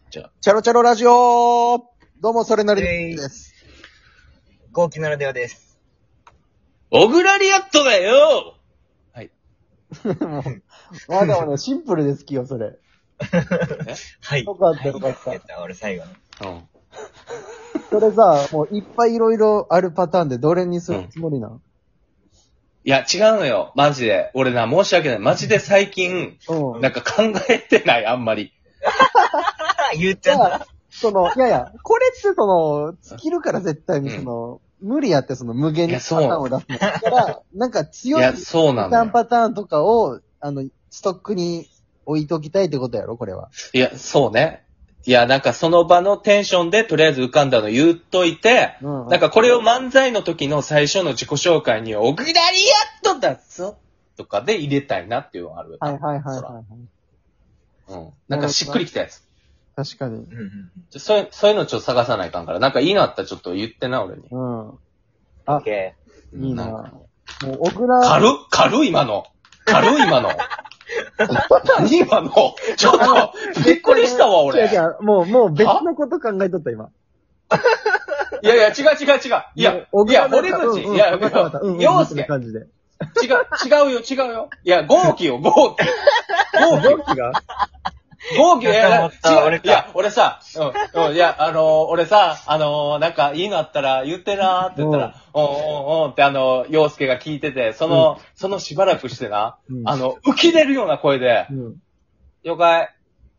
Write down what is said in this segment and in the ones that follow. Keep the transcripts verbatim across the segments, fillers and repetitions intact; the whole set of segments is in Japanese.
じゃあ。 チャロチャロラジオどうも、それなりです。 後期ならではです。 オグラリアットだよはい。 もう、まだまだシンプルで好きよ、それ。 はい。 よかったよかった。 やった、俺最後の。 うん。 それさ、もういっぱいいろいろあるパターンでどれにするつもりなの、うん、 いや、違うのよ。マジで。俺な、申し訳ない。マジで最近、うん、なんか考えてない、あんまり。 言っちゃった。 その、いやいや、これってその、尽きるから絶対にその、うん、無理やってその無限にパターンを出すの。だから、なんか強いパターンパターンとかを、あの、ストックに置いときたいってことやろ、これは。 いや、そうね。いや、なんかその場のテンションでとりあえず浮かんだの言っといて、うんうん、なんかこれを漫才の時の最初の自己紹介に、オグラリアットだぞとかで入れたいなっていうのがある。 はいはいはいはい、はい。 うん。なんかしっくりきたやつ。 確かに。 うんうん。そういう、そういうのちょっと探さないかんから、なんかいいのあったらちょっと言ってな、俺に。 うん。 あ、OK。 いいな。もう、オグラ。 軽っ軽い今の。軽い今の。何今のちょっと、びっくりしたわ、俺。 違う違う、もう、もう別のこと考えとった、今。 いやいや、違う違う違う。いや、いや、堀口、いや、洋介。違う、違うよ、違うよ。いや、豪気よ、豪気。 豪気が豪気、いや、違う、いや、俺さ、うん、うん、いや、あのー、俺さ、あのー、なんか、いいのあったら言ってなーって言ったら、おんおんおんってあのー、洋介が聞いてて、その、うん、そのしばらくしてな、うん、あの、浮き出るような声で、うん、了解。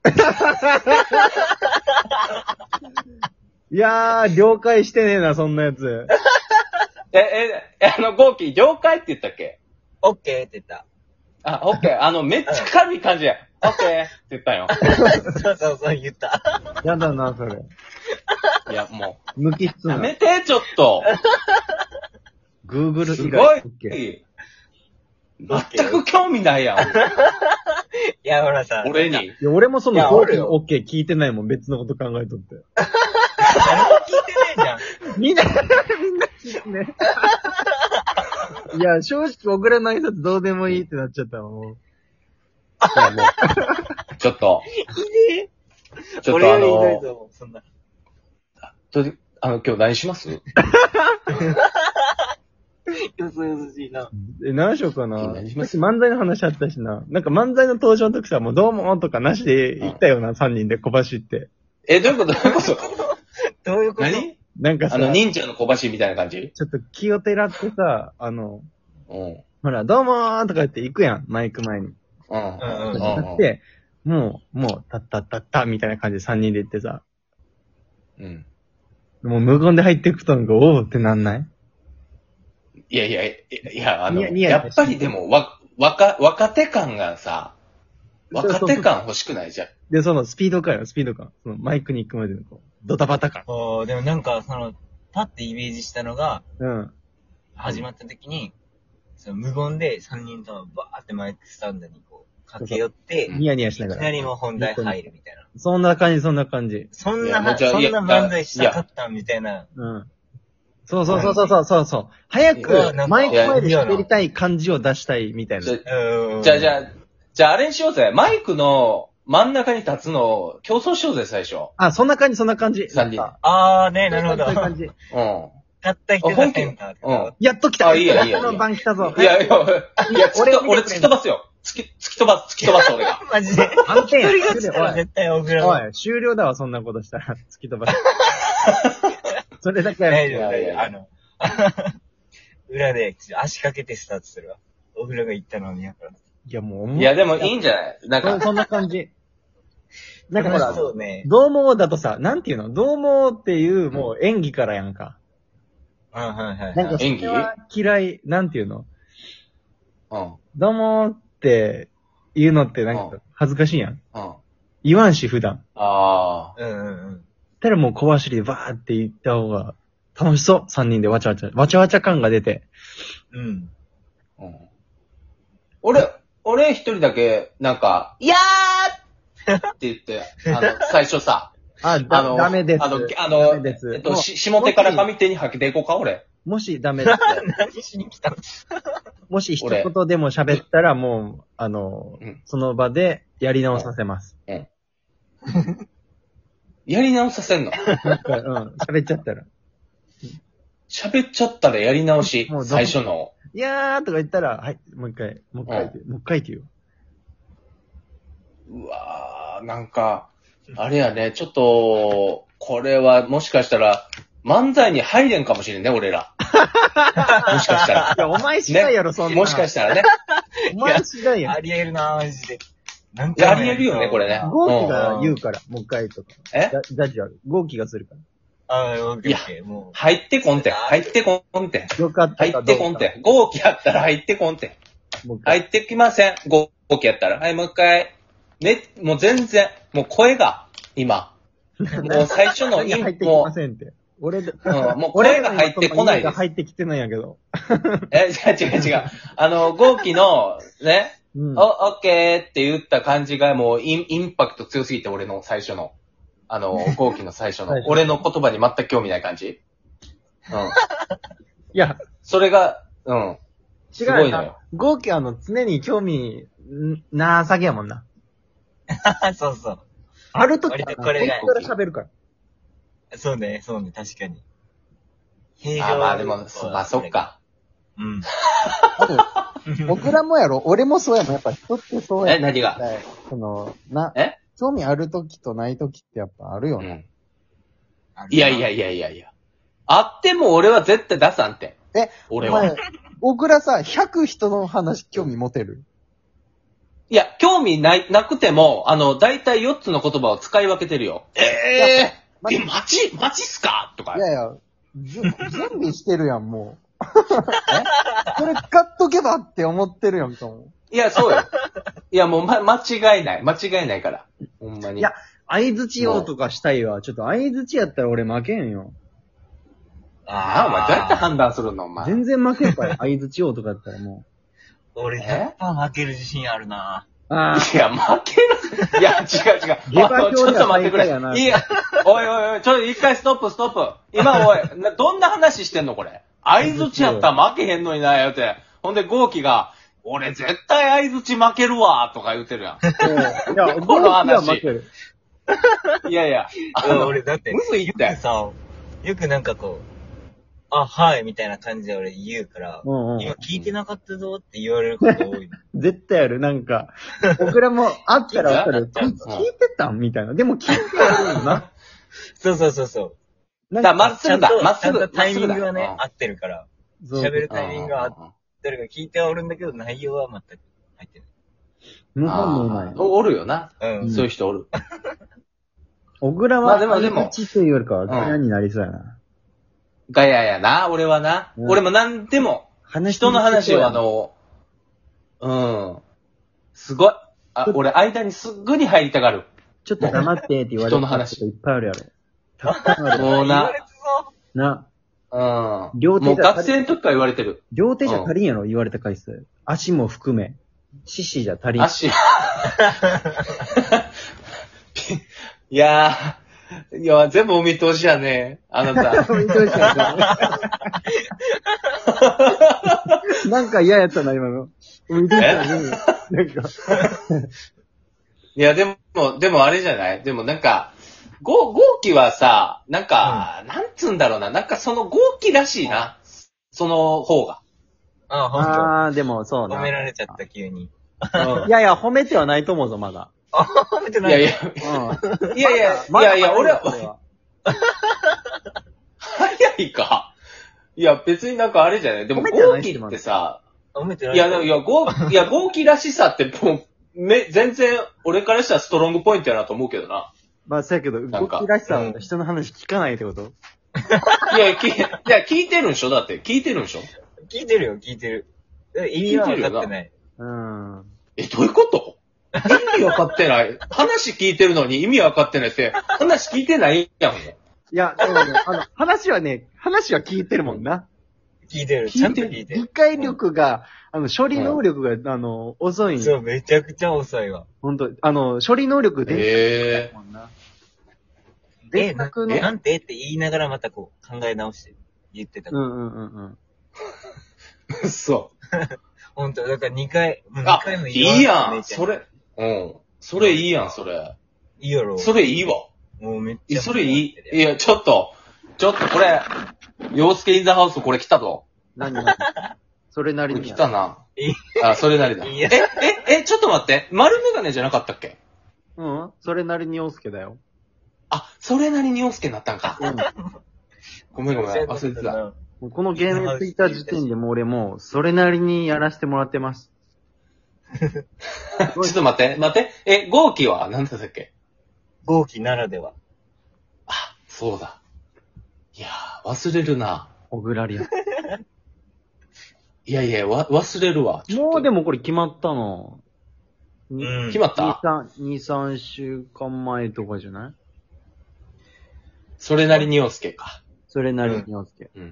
いやー、了解してねえな、そんなやつ。 え、え、あの、豪気、了解って言ったっけ？ オッケーって言った。 あ、オッケー。あの、めっちゃ軽い感じや。オッケーって言ったよ。 そうそうそう、言った。 やだな、それ。 いや、もう。 無機質な。 やめて、ちょっと。 Google すごい。全く興味ないやん。 いや、ほらさ。 俺に。 いや、俺もその、オッケー聞いてないもん、別のこと考えとって。 誰も聞いてないじゃん。 みんな、みんな聞いてね。いや、正直、小倉の挨拶どうでもいいってなっちゃったもん。 いや、もう。ちょっと。 いいね。 ちょっとあの俺よりひどいと思う、そんな。 とり、あの、今日何します？ よそよそしいな。 え、何しようかな。さっき漫才の話あったしな。なんか漫才の登場の時さ、もうどうもとかなしで行ったよな、さんにんで小走って。 え、どういうことどういうことどういうこと何なんかさ、 あの、忍者の小走りみたいな感じ？ ちょっと気をてらってさ、あの、 うん。 ほら、どうもーとか言って行くやん、マイク前に。 うん。うん。うん。 だって、もう、もう、たったったったみたいな感じでさんにんで行ってさ。 うん。 もう無言で入っていくとなんか、おーってなんない？ いやいや、いや、あの、やっぱりでも、わ、若、若手感がさ、若手感欲しくないじゃん。 で、そのスピード感よ、スピード感。そのマイクに行くまでのこう、ドタバタ感。 おー、でもなんか、その、パッてイメージしたのが、 うん。 始まった時に、その無言でさんにんともバーってマイクスタンドにこう、駆け寄って、 ニヤニヤしながら。 いきなりも本題入るみたいな。 そんな感じ、そんな感じ。 そんな、そんな漫才したかったみたいな。 うん。そうそうそうそうそうそう。早く、マイク前で喋りたい感じを出したいみたいな。じゃあじゃあ、じゃああれにしようぜ。マイクの真ん中に立つのを競争しようぜ、最初。 あ、そんな感じ、そんな感じ。 さんにん。 あーね、なるほど。 そういう感じ。うん。 たった一人がセンター。 うん。やっと来た。 あ、いいや、いいや。 の番来たぞ。 いや、いや、いや、俺、俺突き飛ばすよ。突き、突き飛ばす、突き飛ばす、俺が。 マジで。 安定や。 一人が来たら絶対オグラ。 おい、終了だわ、そんなことしたら。突き飛ばす。それだけは大丈夫、大丈夫。あの、裏で足かけてスタートするわ。オグラが言ったのにやから。 いや、もう、 いや、でもいいんじゃないなんか。 そんな感じ。 なんかほら、そうね。 どうもだとさ、なんていうのどうもっていう、もう演技からやんか。 うん、はいはい。 なんか、演技嫌い、なんていうのうん。 どうもって言うのってなんか恥ずかしいやん。うん。言わんし、普段。 ああ。うんうんうん。 たらもう小走りでバーって言った方が楽しそう。三人でわちゃわちゃ。わちゃわちゃ感が出て。 うん。 うん。俺、俺一人だけ、なんか、いやーって言って、あの、最初さ、 あ、だ、あのダメです。 あの、あの、えっと、し、下手から上手に吐けていこうか、俺。 もしダメだ何しに来たのもし一言でも喋ったらもう、あの、うん、その場でやり直させます。 うん。 やり直させんの。 なんか、うん、喋っちゃったら。 喋っちゃったらやり直し、最初の。 いやーとか言ったら、はい、もう一回、もう一回って、うん、もう一回って言う。 うわー、なんか、あれやね、ちょっと、これはもしかしたら、漫才に入れんかもしれんね、俺ら。もしかしたら。 いや、お前次第やろ、ね、そんな。 もしかしたらね。 お前次第やん。 ありえるな、マジで。 なんかありえるよね、これね。 ゴーキが言うから、もう一回とか。 えジャッジある。ゴーキがするから。 ああ、オッケーオッケー。 もう。入ってこんて。入ってこんて。 よかった。 入ってこんて。ゴーキやったら入ってこんて。入ってきません。ゴーキやったら。はい、もう一回。ね、もう全然、もう声が、今。もう最初のイン入ってきませんって。俺で、 うん、もう声が入ってこないです。 入ってきてないんやけど。 え、違う違う違う。あの、ゴーキの、ね、うん、お、オッケーって言った感じがもうイン、インパクト強すぎて、俺の最初の。あの、ゴーキの最初の。俺の言葉に全く興味ない感じ。うん。 いや。 それが、うん。違う。すごいのよ。 ゴーキはあの、常に興味、なさげやもんな。 そうそう。 あるときは、これが。 これから喋るから。 そうね、そうね、確かに。 平常。あ、まあでも、まあそっか。 うん。 僕らもやろ、俺もそうやもん。やっぱ人ってそうやえ、何がその、な、 え興味あるときとないときってやっぱあるよね。 うん、いやいやいやいやいや。あっても俺は絶対出さんって。 え、 俺は。 僕らさ、ひゃく人の話興味持てる？ いや、興味ない、なくても、あの、だいたいよっつの言葉を使い分けてるよ。ええー、え、マジマジっすかとか。 いやいや、準備してるやん、もう。えそれ買っとけばって思ってるやんかも。 いや、そうよ。いや、もう、ま、間違いない。間違いないから。ほんまに。 いや、相槌用とかしたいわ。ちょっと相槌やったら俺負けんよ。 ああ、お前どうやって判断するのお前。 全然負けんかい。相槌用とかやったらもう。俺、ひゃくパーセント負ける自信あるなあいや、負ける。いや、違う違う。 下馬評ちょっと待ってくれ。いや、おいおいおい、ちょっと一回ストップストップ。今おい、どんな話してんのこれ。相槌やったら負けへんのにな、よって。ほんで、ゴーキが、俺絶対相槌負けるわ、とか言ってるやん。 いや、この話。負ける。 いやいや、 あの俺だって、 むずいって。 さ、よくなんかこう、あ、はい、みたいな感じで俺言うから、うんうん、今聞いてなかったぞって言われること多い。 絶対ある、なんか、僕らもあったらわかる。聞いてたんみたいな。でも聞いてるな。 そうそうそうそう。 だからまっすぐだ、まっすぐ。 タイミングはね、合ってるから。喋るタイミングが合ってるから聞いてはおるんだけど、内容は全く入ってない。 無反応ない。 おるよな。 うん。 そういう人おる。 小倉は、まあでもでも、ちというよりかはガヤになりそうやな。 ガヤやな、俺はな。うん、俺もなんでも、人の話をあの、うん。すごい。あ、俺間にすっぐに入りたがる。 ちょっと黙ってって言われる人の話いっぱいあるやろ。たくさんある。 もうな。 な。 うん。両手もう学生の時から言われてる。 両手じゃ足りんやろ、言われた回数。足も含め。四肢じゃ足りん。 足。いやー、いや、全部お見通しやね。あなた。 お見通しやね。なんか嫌やったな、今の。お見通しやね。なんか。 いや、でも、でもあれじゃないでもなんか、ゴー、ゴーキはさ、なんか、うん、なんつうんだろうな。なんかそのゴーキらしいな。その方が。 ああ、ほんと。 ああ、でもそうな。 褒められちゃった、急に。 いやいや、褒めてはないと思うぞ、まだ。 あ、褒めてない。 いやいや、うん、いやいや、いやいや、俺は、早いか。いや、別になんかあれじゃない。でも、ゴーキってさ、 褒めてない。 いや、いや、ゴー、いや、ゴーキらしさって、もう、め、全然、俺からしたらストロングポイントやなと思うけどな。 まあ、そうやけど、ゴーキらしさは人の話聞かないってこと、 いや、聞い、いや、聞いてるんでしょだって、聞いてるんでしょ聞いてるよ、聞いてる。意味は分かってない。 うん。 え、どういうこと意味分かってない。話聞いてるのに意味分かってないって、話聞いてないやんもん。 いや、でもね、あの、話はね、話は聞いてるもんな。 聞いてる。ちゃんと聞いてる。 理解力が、うん、あの、処理能力が、うん、あの、遅いん。 そう、めちゃくちゃ遅いわ。 ほんと、あの、処理能力で。 えー。もんな。 え、な、え、なんてって言いながらまたこう、考え直して言ってた。 うんうんうんうん。そう。 ほんと、だからにかい、 にかいも言わん。いいやん、それ。うん。それいいやん、それ。 いいやろ。 それいいわ。 もうめっちゃ。 それいいいや、ちょっと、ちょっとこれ、洋介インザハウスこれ来たぞ。 何何それなりに。 来たな。あ、それなりだ。え、え、え、ちょっと待って。丸メガネじゃなかったっけ？ うん。それなりに洋介だよ。 あ、それなりに洋介になったんか。うん。ごめんごめん。忘れてた。 このゲームついた時点でもう俺も、それなりにやらせてもらってます。 ちょっと待って、待って。え、号機は何だったっけ？ 号機ならでは。 あ、そうだ。いやー、忘れるな。 オグラリア。 いやいや、わ、忘れるわ。 もうでもこれ決まったの。 うん。決まった ? に、さんしゅうかんまえとかじゃない？ それなりに洋介か。 それなりに洋介。 うん。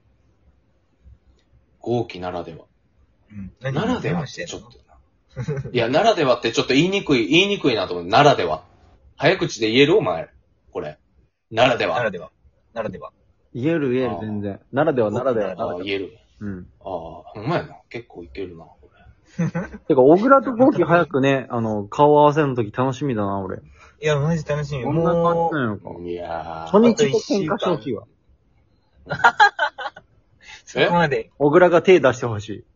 号機ならでは。うん。ならではってちょっとな。いや、ならではってちょっと言いにくい、言いにくいなと思う。ならでは。早口で言えるお前。これ。ならでは。 ならでは。ならでは。 言える言える全然。ならではならでは。 ああ、言える。 うん。 ああ、ほんまやな。結構いけるな、これ。てか、小倉と号機早くね、あの、顔合わせの時楽しみだな、俺。 いや、マジ楽しみ。 こんな感じなのか。 いやー。初日で喧嘩してほしいわ。 そこまで。 小倉が手出してほしい。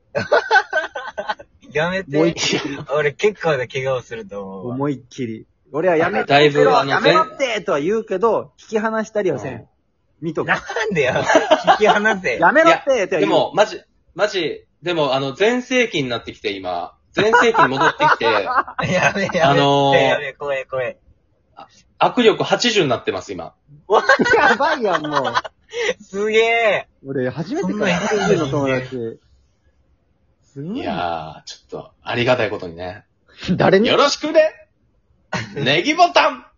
やめて。もう一気り。俺結構な怪我をすると思う。 思いっきり。俺はやめて。 だいぶあの、 やめろってとは言うけど、引き離したりはせん。見とく。 なんでよ。引き離せ。 やめろってってでも、マジ、マジ、でも、あの、全盛期になってきて、今。全盛期に戻ってきて。 やめやめ。 あのー、 やめ、怖え怖え。 握力はちじゅうになってます、今。 やばいやん、もう。 すげえ。 俺、初めてからはちじゅうの友達。 すごい。いやー、ちょっと、ありがたいことにね。 誰によろしくねネギボタン